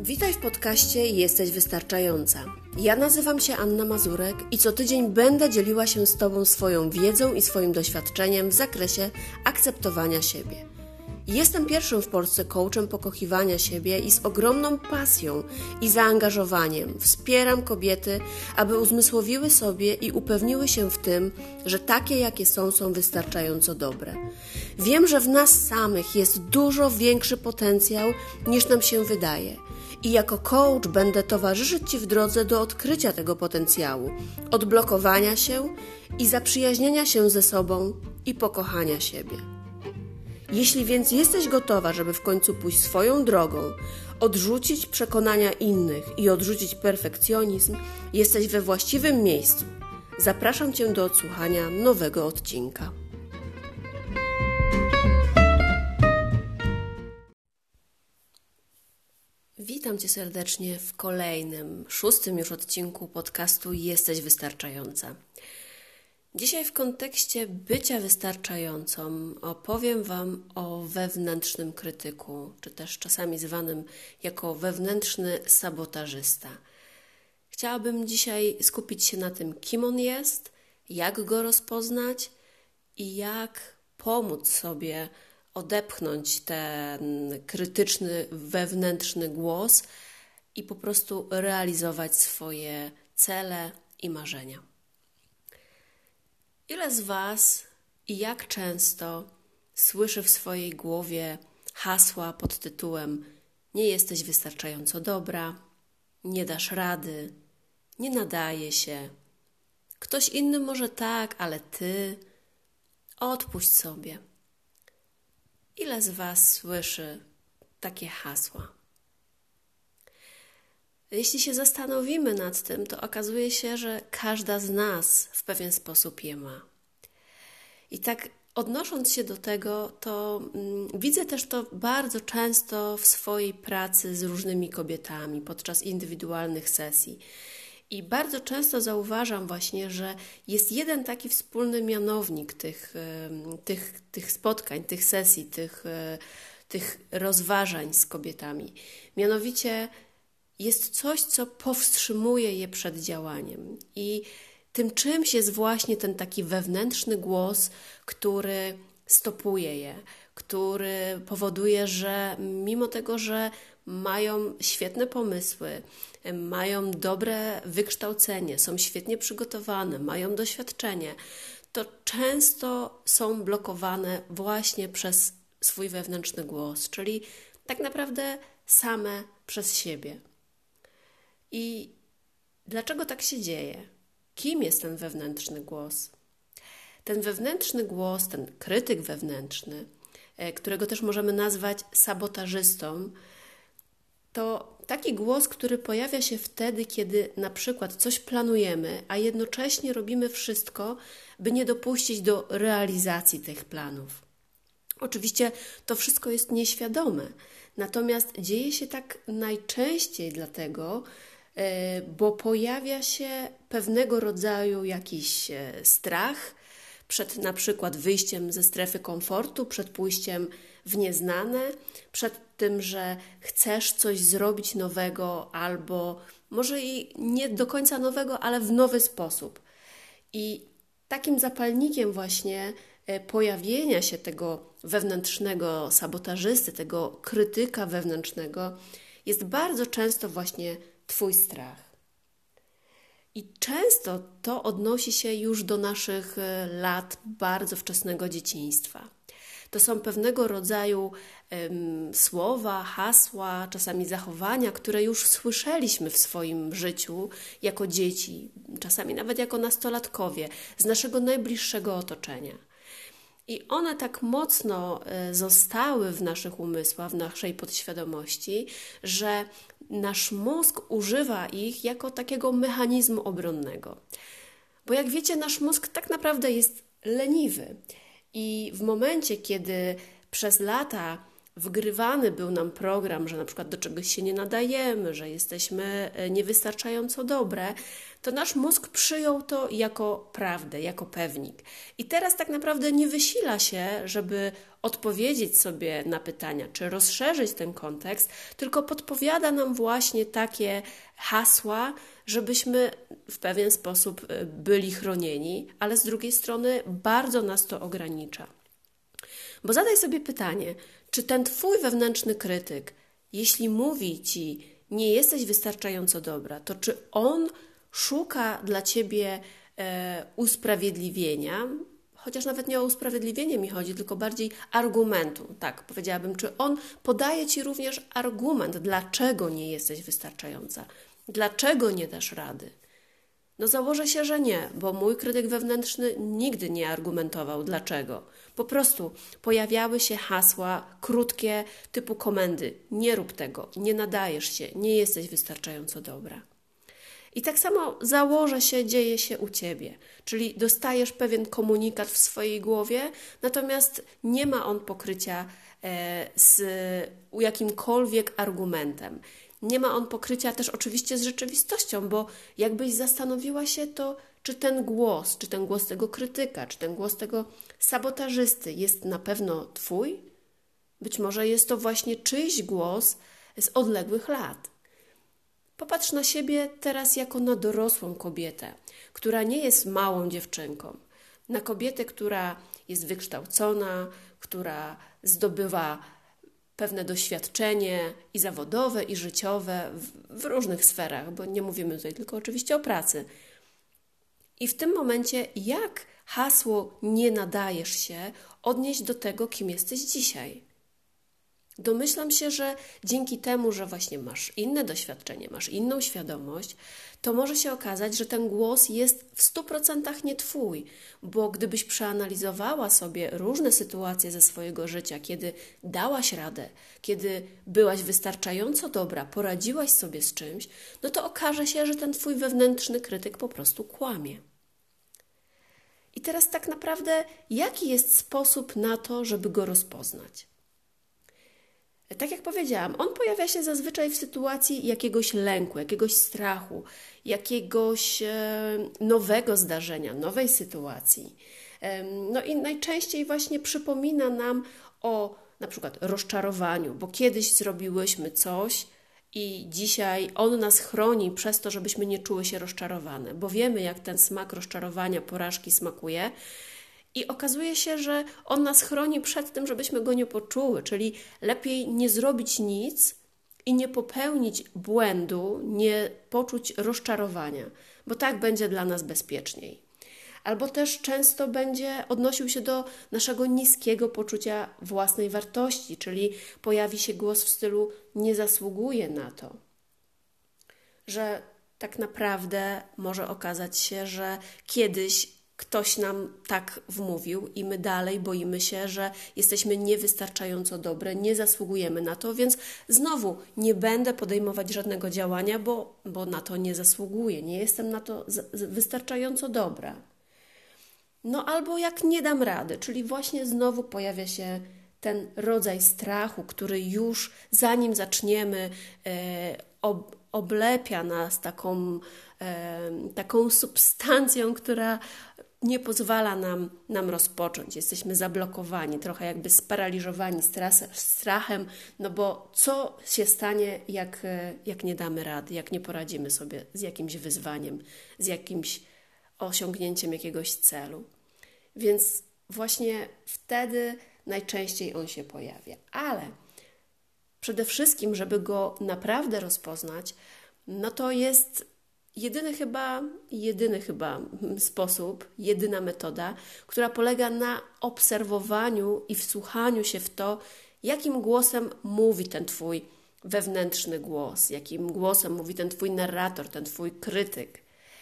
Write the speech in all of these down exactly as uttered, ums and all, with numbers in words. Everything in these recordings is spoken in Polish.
Witaj w podcaście Jesteś Wystarczająca. Ja nazywam się Anna Mazurek i co tydzień będę dzieliła się z Tobą swoją wiedzą i swoim doświadczeniem w zakresie akceptowania siebie. Jestem pierwszym w Polsce coachem pokochiwania siebie i z ogromną pasją i zaangażowaniem wspieram kobiety, aby uzmysłowiły sobie i upewniły się w tym, że takie jakie są, są wystarczająco dobre. Wiem, że w nas samych jest dużo większy potencjał niż nam się wydaje. I jako coach będę towarzyszyć Ci w drodze do odkrycia tego potencjału, odblokowania się i zaprzyjaźnienia się ze sobą i pokochania siebie. Jeśli więc jesteś gotowa, żeby w końcu pójść swoją drogą, odrzucić przekonania innych i odrzucić perfekcjonizm, jesteś we właściwym miejscu. Zapraszam Cię do odsłuchania nowego odcinka. Witam Cię serdecznie w kolejnym, szóstym już odcinku podcastu Jesteś Wystarczająca. Dzisiaj w kontekście bycia wystarczającą opowiem Wam o wewnętrznym krytyku, czy też czasami zwanym jako wewnętrzny sabotażysta. Chciałabym dzisiaj skupić się na tym, kim on jest, jak go rozpoznać i jak pomóc sobie odepchnąć ten krytyczny, wewnętrzny głos i po prostu realizować swoje cele i marzenia. Ile z Was i jak często słyszy w swojej głowie hasła pod tytułem nie jesteś wystarczająco dobra, nie dasz rady, nie nadaje się, ktoś inny może tak, ale Ty, odpuść sobie. Ile z Was słyszy takie hasła? Jeśli się zastanowimy nad tym, to okazuje się, że każda z nas w pewien sposób je ma. I tak odnosząc się do tego, to mm, widzę też to bardzo często w swojej pracy z różnymi kobietami podczas indywidualnych sesji. I bardzo często zauważam właśnie, że jest jeden taki wspólny mianownik tych, tych, tych spotkań, tych sesji, tych, tych rozważań z kobietami. Mianowicie jest coś, co powstrzymuje je przed działaniem. I tym czymś jest właśnie ten taki wewnętrzny głos, który stopuje je, który powoduje, że mimo tego, że mają świetne pomysły, mają dobre wykształcenie, są świetnie przygotowane, mają doświadczenie, to często są blokowane właśnie przez swój wewnętrzny głos, czyli tak naprawdę same przez siebie. I dlaczego tak się dzieje? Kim jest ten wewnętrzny głos? Ten wewnętrzny głos, ten krytyk wewnętrzny, którego też możemy nazwać sabotażystą, to taki głos, który pojawia się wtedy, kiedy na przykład coś planujemy, a jednocześnie robimy wszystko, by nie dopuścić do realizacji tych planów. Oczywiście to wszystko jest nieświadome, natomiast dzieje się tak najczęściej dlatego, bo pojawia się pewnego rodzaju jakiś strach przed na przykład wyjściem ze strefy komfortu, przed pójściem w nieznane, przed tym, że chcesz coś zrobić nowego albo może i nie do końca nowego, ale w nowy sposób. I takim zapalnikiem właśnie pojawienia się tego wewnętrznego sabotażysty, tego krytyka wewnętrznego jest bardzo często właśnie Twój strach. I często to odnosi się już do naszych lat bardzo wczesnego dzieciństwa. To są pewnego rodzaju um, słowa, hasła, czasami zachowania, które już słyszeliśmy w swoim życiu jako dzieci, czasami nawet jako nastolatkowie, z naszego najbliższego otoczenia. I one tak mocno zostały w naszych umysłach, w naszej podświadomości, że nasz mózg używa ich jako takiego mechanizmu obronnego. Bo jak wiecie, nasz mózg tak naprawdę jest leniwy. I w momencie, kiedy przez lata wgrywany był nam program, że na przykład do czegoś się nie nadajemy, że jesteśmy niewystarczająco dobre, to nasz mózg przyjął to jako prawdę, jako pewnik. I teraz tak naprawdę nie wysila się, żeby odpowiedzieć sobie na pytania, czy rozszerzyć ten kontekst, tylko podpowiada nam właśnie takie hasła, żebyśmy w pewien sposób byli chronieni, ale z drugiej strony bardzo nas to ogranicza. Bo zadaj sobie pytanie, czy ten twój wewnętrzny krytyk, jeśli mówi ci, nie jesteś wystarczająco dobra, to czy on szuka dla ciebie e, usprawiedliwienia, chociaż nawet nie o usprawiedliwienie mi chodzi, tylko bardziej argumentu. Tak, powiedziałabym, czy on podaje ci również argument, dlaczego nie jesteś wystarczająca, dlaczego nie dasz rady. No założę się, że nie, bo mój krytyk wewnętrzny nigdy nie argumentował dlaczego. Po prostu pojawiały się hasła krótkie typu komendy. Nie rób tego, nie nadajesz się, nie jesteś wystarczająco dobra. I tak samo założę się, dzieje się u ciebie. Czyli dostajesz pewien komunikat w swojej głowie, natomiast nie ma on pokrycia e, z jakimkolwiek argumentem. Nie ma on pokrycia też oczywiście z rzeczywistością, bo jakbyś zastanowiła się, to czy ten głos, czy ten głos tego krytyka, czy ten głos tego sabotażysty jest na pewno twój? Być może jest to właśnie czyjś głos z odległych lat. Popatrz na siebie teraz jako na dorosłą kobietę, która nie jest małą dziewczynką. Na kobietę, która jest wykształcona, która zdobywa pewne doświadczenie i zawodowe, i życiowe w, w różnych sferach, bo nie mówimy tutaj tylko oczywiście o pracy. I w tym momencie jak hasło nie nadajesz się odnieść do tego, kim jesteś dzisiaj? Domyślam się, że dzięki temu, że właśnie masz inne doświadczenie, masz inną świadomość, to może się okazać, że ten głos jest w stu procentach nie twój, bo gdybyś przeanalizowała sobie różne sytuacje ze swojego życia, kiedy dałaś radę, kiedy byłaś wystarczająco dobra, poradziłaś sobie z czymś, no to okaże się, że ten twój wewnętrzny krytyk po prostu kłamie. I teraz tak naprawdę, jaki jest sposób na to, żeby go rozpoznać? Tak jak powiedziałam, on pojawia się zazwyczaj w sytuacji jakiegoś lęku, jakiegoś strachu, jakiegoś e, nowego zdarzenia, nowej sytuacji. E, no i najczęściej właśnie przypomina nam o na przykład rozczarowaniu, bo kiedyś zrobiłyśmy coś i dzisiaj on nas chroni przez to, żebyśmy nie czuły się rozczarowane, bo wiemy, jak ten smak rozczarowania, porażki smakuje. I okazuje się, że on nas chroni przed tym, żebyśmy go nie poczuły, czyli lepiej nie zrobić nic i nie popełnić błędu, nie poczuć rozczarowania, bo tak będzie dla nas bezpieczniej. Albo też często będzie odnosił się do naszego niskiego poczucia własnej wartości, czyli pojawi się głos w stylu nie zasługuje na to, że tak naprawdę może okazać się, że kiedyś ktoś nam tak wmówił i my dalej boimy się, że jesteśmy niewystarczająco dobre, nie zasługujemy na to, więc znowu nie będę podejmować żadnego działania, bo, bo na to nie zasługuję, nie jestem na to wystarczająco dobra. No albo jak nie dam rady, czyli właśnie znowu pojawia się ten rodzaj strachu, który już zanim zaczniemy e, ob, oblepia nas taką, e, taką substancją, która nie pozwala nam, nam rozpocząć. Jesteśmy zablokowani, trochę jakby sparaliżowani stres, strachem, no bo co się stanie, jak, jak nie damy rady, jak nie poradzimy sobie z jakimś wyzwaniem, z jakimś osiągnięciem jakiegoś celu. Więc właśnie wtedy najczęściej on się pojawia. Ale przede wszystkim, żeby go naprawdę rozpoznać, no to jest Jedyny chyba, jedyny chyba sposób, jedyna metoda, która polega na obserwowaniu i wsłuchaniu się w to, jakim głosem mówi ten twój wewnętrzny głos, jakim głosem mówi ten twój narrator, ten twój krytyk.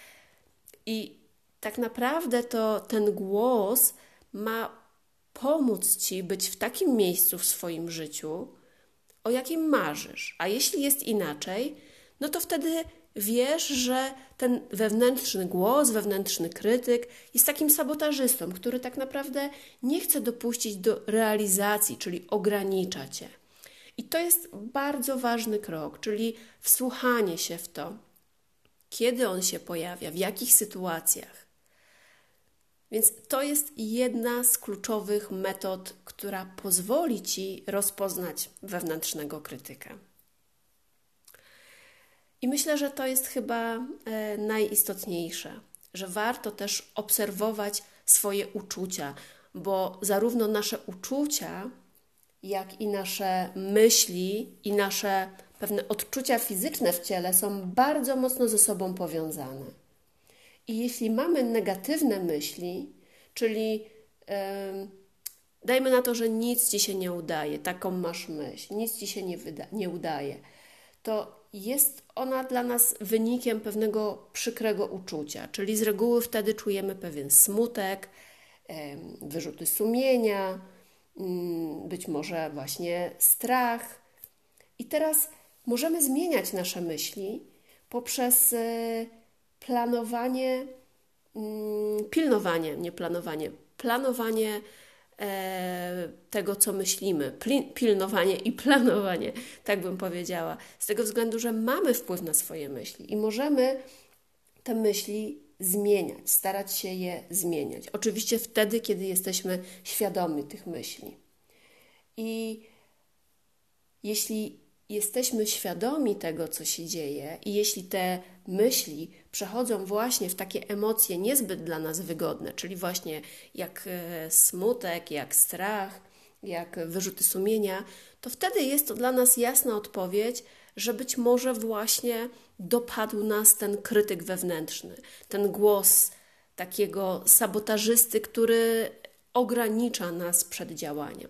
I tak naprawdę to ten głos ma pomóc ci być w takim miejscu w swoim życiu, o jakim marzysz. A jeśli jest inaczej, no to wtedy wiesz, że ten wewnętrzny głos, wewnętrzny krytyk jest takim sabotażystą, który tak naprawdę nie chce dopuścić do realizacji, czyli ogranicza cię. I to jest bardzo ważny krok, czyli wsłuchanie się w to, kiedy on się pojawia, w jakich sytuacjach. Więc to jest jedna z kluczowych metod, która pozwoli Ci rozpoznać wewnętrznego krytyka. I myślę, że to jest chyba e, najistotniejsze, że warto też obserwować swoje uczucia, bo zarówno nasze uczucia, jak i nasze myśli i nasze pewne odczucia fizyczne w ciele są bardzo mocno ze sobą powiązane. I jeśli mamy negatywne myśli, czyli yy, dajmy na to, że nic Ci się nie udaje, taką masz myśl, nic Ci się nie, wyda- nie udaje, to jest ona dla nas wynikiem pewnego przykrego uczucia, czyli z reguły wtedy czujemy pewien smutek, yy, wyrzuty sumienia, yy, być może właśnie strach. I teraz możemy zmieniać nasze myśli poprzez yy, planowanie, mm, pilnowanie, nie planowanie, planowanie e, tego, co myślimy, Pli, pilnowanie i planowanie, tak bym powiedziała, z tego względu, że mamy wpływ na swoje myśli i możemy te myśli zmieniać, starać się je zmieniać. Oczywiście wtedy, kiedy jesteśmy świadomi tych myśli. I jeśli jesteśmy świadomi tego, co się dzieje i jeśli te myśli przechodzą właśnie w takie emocje niezbyt dla nas wygodne, czyli właśnie jak smutek, jak strach, jak wyrzuty sumienia, to wtedy jest to dla nas jasna odpowiedź, że być może właśnie dopadł nas ten krytyk wewnętrzny, ten głos takiego sabotażysty, który ogranicza nas przed działaniem.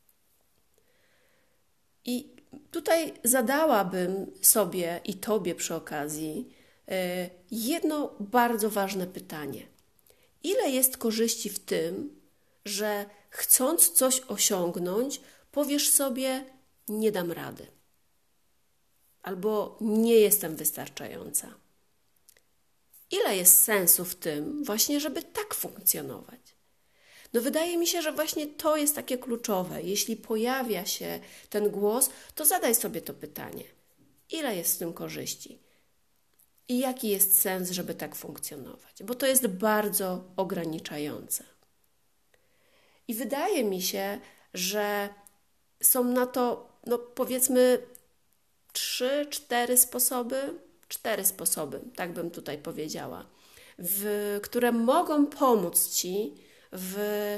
I tutaj zadałabym sobie i Tobie przy okazji jedno bardzo ważne pytanie. Ile jest korzyści w tym, że chcąc coś osiągnąć, powiesz sobie, nie dam rady, albo nie jestem wystarczająca? Ile jest sensu w tym właśnie, żeby tak funkcjonować? No wydaje mi się, że właśnie to jest takie kluczowe. Jeśli pojawia się ten głos, to zadaj sobie to pytanie. Ile jest w tym korzyści? I jaki jest sens, żeby tak funkcjonować? Bo to jest bardzo ograniczające. I wydaje mi się, że są na to, no powiedzmy, trzy, cztery sposoby, cztery sposoby, tak bym tutaj powiedziała, w, które mogą pomóc Ci w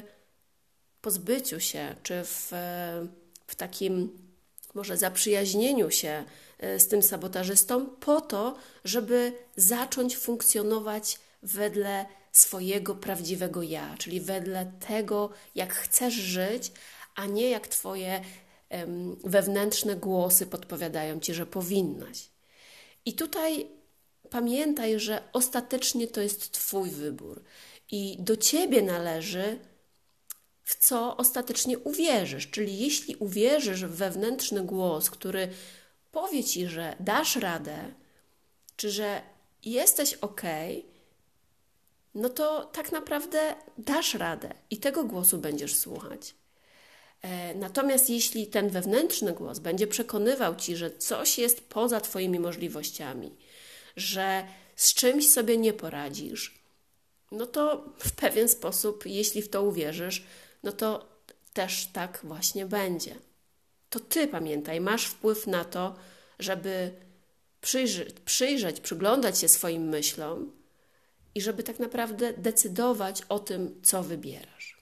pozbyciu się, czy w, w takim może zaprzyjaźnieniu się z tym sabotażystą po to, żeby zacząć funkcjonować wedle swojego prawdziwego ja, czyli wedle tego, jak chcesz żyć, a nie jak Twoje um, wewnętrzne głosy podpowiadają Ci, że powinnaś. I tutaj pamiętaj, że ostatecznie to jest Twój wybór i do Ciebie należy, w co ostatecznie uwierzysz. Czyli jeśli uwierzysz w wewnętrzny głos, który powie Ci, że dasz radę, czy że jesteś okej, no to tak naprawdę dasz radę i tego głosu będziesz słuchać. Natomiast jeśli ten wewnętrzny głos będzie przekonywał Ci, że coś jest poza Twoimi możliwościami, że z czymś sobie nie poradzisz, no to w pewien sposób, jeśli w to uwierzysz, no to też tak właśnie będzie. To Ty, pamiętaj, masz wpływ na to, żeby przyjrzeć, przyjrzeć, przyglądać się swoim myślom i żeby tak naprawdę decydować o tym, co wybierasz.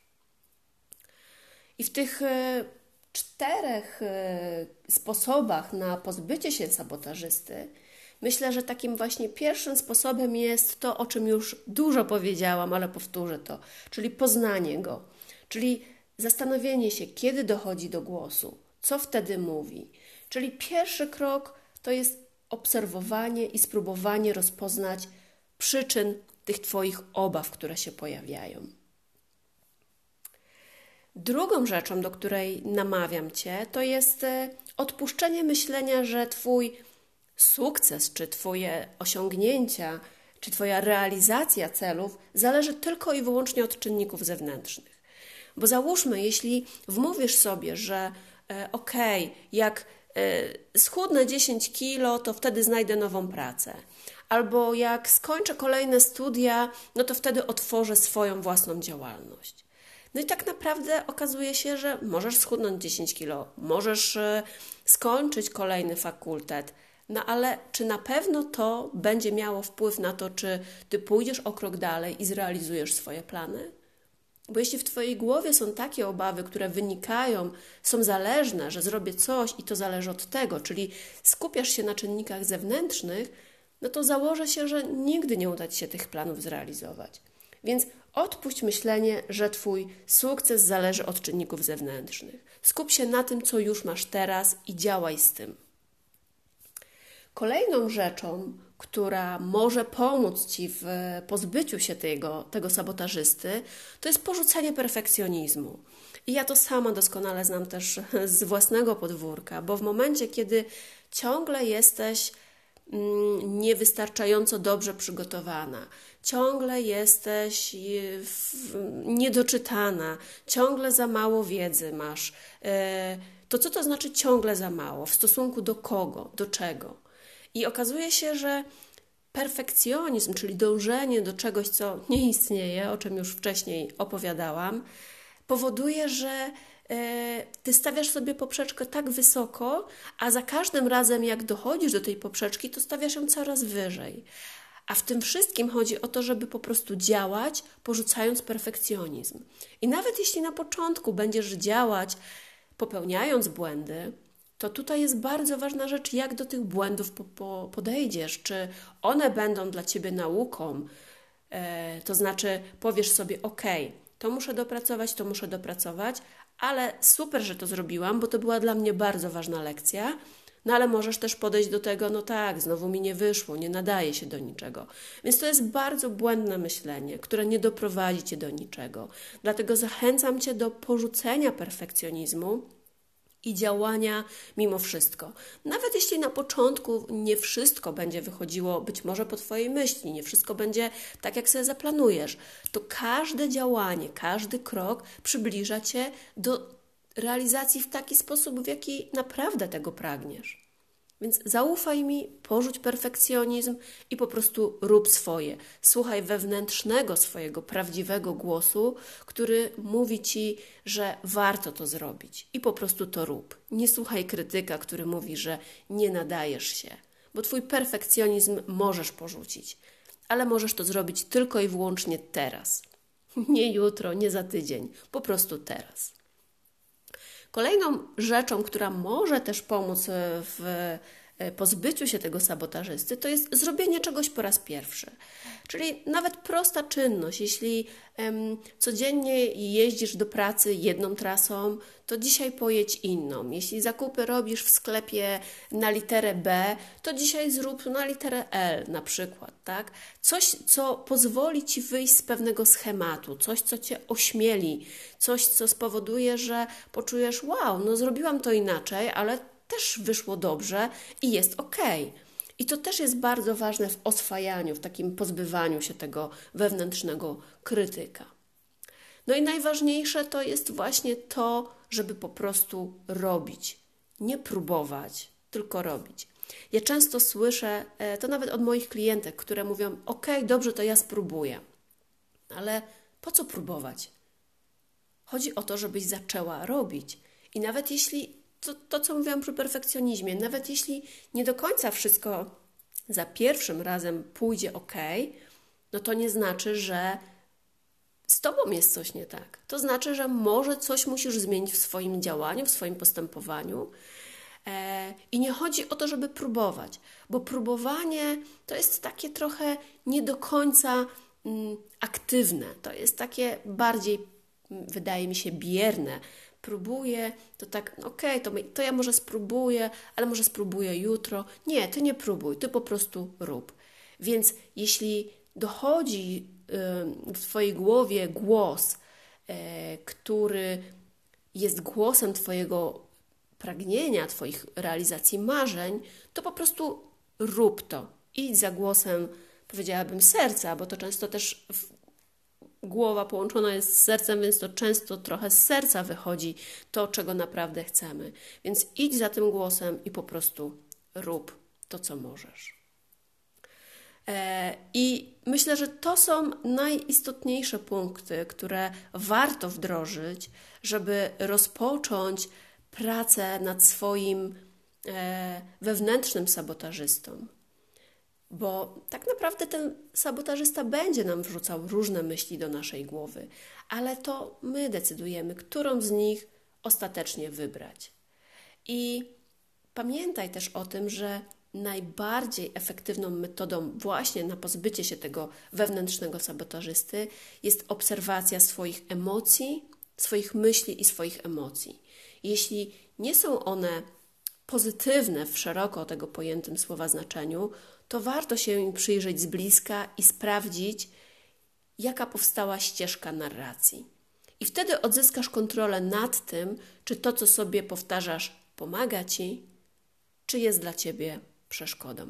I w tych e, czterech e, sposobach na pozbycie się sabotażysty myślę, że takim właśnie pierwszym sposobem jest to, o czym już dużo powiedziałam, ale powtórzę to, czyli poznanie go, czyli zastanowienie się, kiedy dochodzi do głosu, co wtedy mówi. Czyli pierwszy krok to jest obserwowanie i spróbowanie rozpoznać przyczyn tych Twoich obaw, które się pojawiają. Drugą rzeczą, do której namawiam Cię, to jest odpuszczenie myślenia, że Twój sukces, czy Twoje osiągnięcia, czy Twoja realizacja celów zależy tylko i wyłącznie od czynników zewnętrznych. Bo załóżmy, jeśli wmówisz sobie, że okej, okay, jak e, schudnę dziesięć kilo, to wtedy znajdę nową pracę. Albo jak skończę kolejne studia, no to wtedy otworzę swoją własną działalność. No i tak naprawdę okazuje się, że możesz schudnąć dziesięć kilo, możesz e, skończyć kolejny fakultet, no ale czy na pewno to będzie miało wpływ na to, czy ty pójdziesz o krok dalej i zrealizujesz swoje plany? Bo jeśli w twojej głowie są takie obawy, które wynikają, są zależne, że zrobię coś i to zależy od tego, czyli skupiasz się na czynnikach zewnętrznych, no to założę się, że nigdy nie uda ci się tych planów zrealizować. Więc odpuść myślenie, że twój sukces zależy od czynników zewnętrznych. Skup się na tym, co już masz teraz i działaj z tym. Kolejną rzeczą, która może pomóc ci w pozbyciu się tego, tego sabotażysty, to jest porzucenie perfekcjonizmu. I ja to sama doskonale znam też z własnego podwórka, bo w momencie, kiedy ciągle jesteś mm, niewystarczająco dobrze przygotowana, ciągle jesteś w, niedoczytana, ciągle za mało wiedzy masz, e, to co to znaczy ciągle za mało? W stosunku do kogo? Do czego? I okazuje się, że perfekcjonizm, czyli dążenie do czegoś, co nie istnieje, o czym już wcześniej opowiadałam, powoduje, że e, ty stawiasz sobie poprzeczkę tak wysoko, a za każdym razem, jak dochodzisz do tej poprzeczki, to stawiasz ją coraz wyżej. A w tym wszystkim chodzi o to, żeby po prostu działać, porzucając perfekcjonizm. I nawet jeśli na początku będziesz działać, popełniając błędy, to tutaj jest bardzo ważna rzecz, jak do tych błędów po, po podejdziesz. Czy one będą dla ciebie nauką, e, to znaczy powiesz sobie, ok, to muszę dopracować, to muszę dopracować, ale super, że to zrobiłam, bo to była dla mnie bardzo ważna lekcja. No ale możesz też podejść do tego, no tak, znowu mi nie wyszło, nie nadaje się do niczego. Więc to jest bardzo błędne myślenie, które nie doprowadzi cię do niczego. Dlatego zachęcam cię do porzucenia perfekcjonizmu i działania mimo wszystko. Nawet jeśli na początku nie wszystko będzie wychodziło być może po twojej myśli, nie wszystko będzie tak, jak sobie zaplanujesz, to każde działanie, każdy krok przybliża cię do realizacji w taki sposób, w jaki naprawdę tego pragniesz. Więc zaufaj mi, porzuć perfekcjonizm i po prostu rób swoje. Słuchaj wewnętrznego swojego prawdziwego głosu, który mówi ci, że warto to zrobić i po prostu to rób. Nie słuchaj krytyka, który mówi, że nie nadajesz się, bo twój perfekcjonizm możesz porzucić, ale możesz to zrobić tylko i wyłącznie teraz. Nie jutro, nie za tydzień, po prostu teraz. Kolejną rzeczą, która może też pomóc w pozbyciu się tego sabotażysty, to jest zrobienie czegoś po raz pierwszy. Czyli nawet prosta czynność, jeśli um, codziennie jeździsz do pracy jedną trasą, to dzisiaj pojedź inną. Jeśli zakupy robisz w sklepie na literę B, to dzisiaj zrób na literę L na przykład, tak? Coś, co pozwoli ci wyjść z pewnego schematu, coś, co cię ośmieli, coś, co spowoduje, że poczujesz, wow, no zrobiłam to inaczej, ale też wyszło dobrze i jest okej. I to też jest bardzo ważne w oswajaniu, w takim pozbywaniu się tego wewnętrznego krytyka. No i najważniejsze to jest właśnie to, żeby po prostu robić. Nie próbować, tylko robić. Ja często słyszę, to nawet od moich klientek, które mówią, okej, dobrze, to ja spróbuję. Ale po co próbować? Chodzi o to, żebyś zaczęła robić. I nawet jeśli To, to, co mówiłam przy perfekcjonizmie, nawet jeśli nie do końca wszystko za pierwszym razem pójdzie ok, no to nie znaczy, że z tobą jest coś nie tak. To znaczy, że może coś musisz zmienić w swoim działaniu, w swoim postępowaniu. E, I nie chodzi o to, żeby próbować, bo próbowanie to jest takie trochę nie do końca mm, aktywne. To jest takie bardziej, wydaje mi się, bierne. Próbuję, to tak, okej, okay, to, to ja może spróbuję, ale może spróbuję jutro. Nie, ty nie próbuj, ty po prostu rób. Więc jeśli dochodzi y, w twojej głowie głos, y, który jest głosem twojego pragnienia, twoich realizacji marzeń, to po prostu rób to. Idź za głosem, powiedziałabym, serca, bo to często też w, głowa połączona jest z sercem, więc to często trochę z serca wychodzi to, czego naprawdę chcemy. Więc idź za tym głosem i po prostu rób to, co możesz. I myślę, że to są najistotniejsze punkty, które warto wdrożyć, żeby rozpocząć pracę nad swoim wewnętrznym sabotażystą. Bo tak naprawdę ten sabotażysta będzie nam wrzucał różne myśli do naszej głowy, ale to my decydujemy, którą z nich ostatecznie wybrać. I pamiętaj też o tym, że najbardziej efektywną metodą właśnie na pozbycie się tego wewnętrznego sabotażysty jest obserwacja swoich emocji, swoich myśli i swoich emocji. Jeśli nie są one pozytywne w szeroko tego pojętym słowa znaczeniu, to warto się im przyjrzeć z bliska i sprawdzić, jaka powstała ścieżka narracji. I wtedy odzyskasz kontrolę nad tym, czy to, co sobie powtarzasz, pomaga Ci, czy jest dla Ciebie przeszkodą.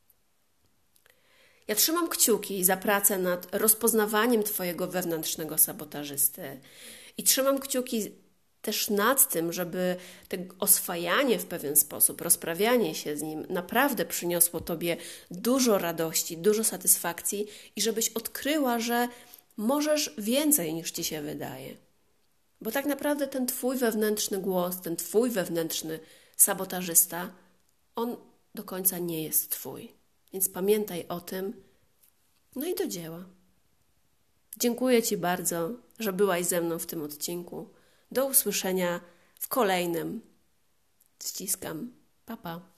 Ja trzymam kciuki za pracę nad rozpoznawaniem Twojego wewnętrznego sabotażysty i trzymam kciuki też nad tym, żeby to oswajanie w pewien sposób, rozprawianie się z nim naprawdę przyniosło Tobie dużo radości, dużo satysfakcji i żebyś odkryła, że możesz więcej niż Ci się wydaje. Bo tak naprawdę ten Twój wewnętrzny głos, ten Twój wewnętrzny sabotażysta, on do końca nie jest Twój. Więc pamiętaj o tym, no i do dzieła. Dziękuję Ci bardzo, że byłaś ze mną w tym odcinku. Do usłyszenia w kolejnym. Ściskam. Pa, pa.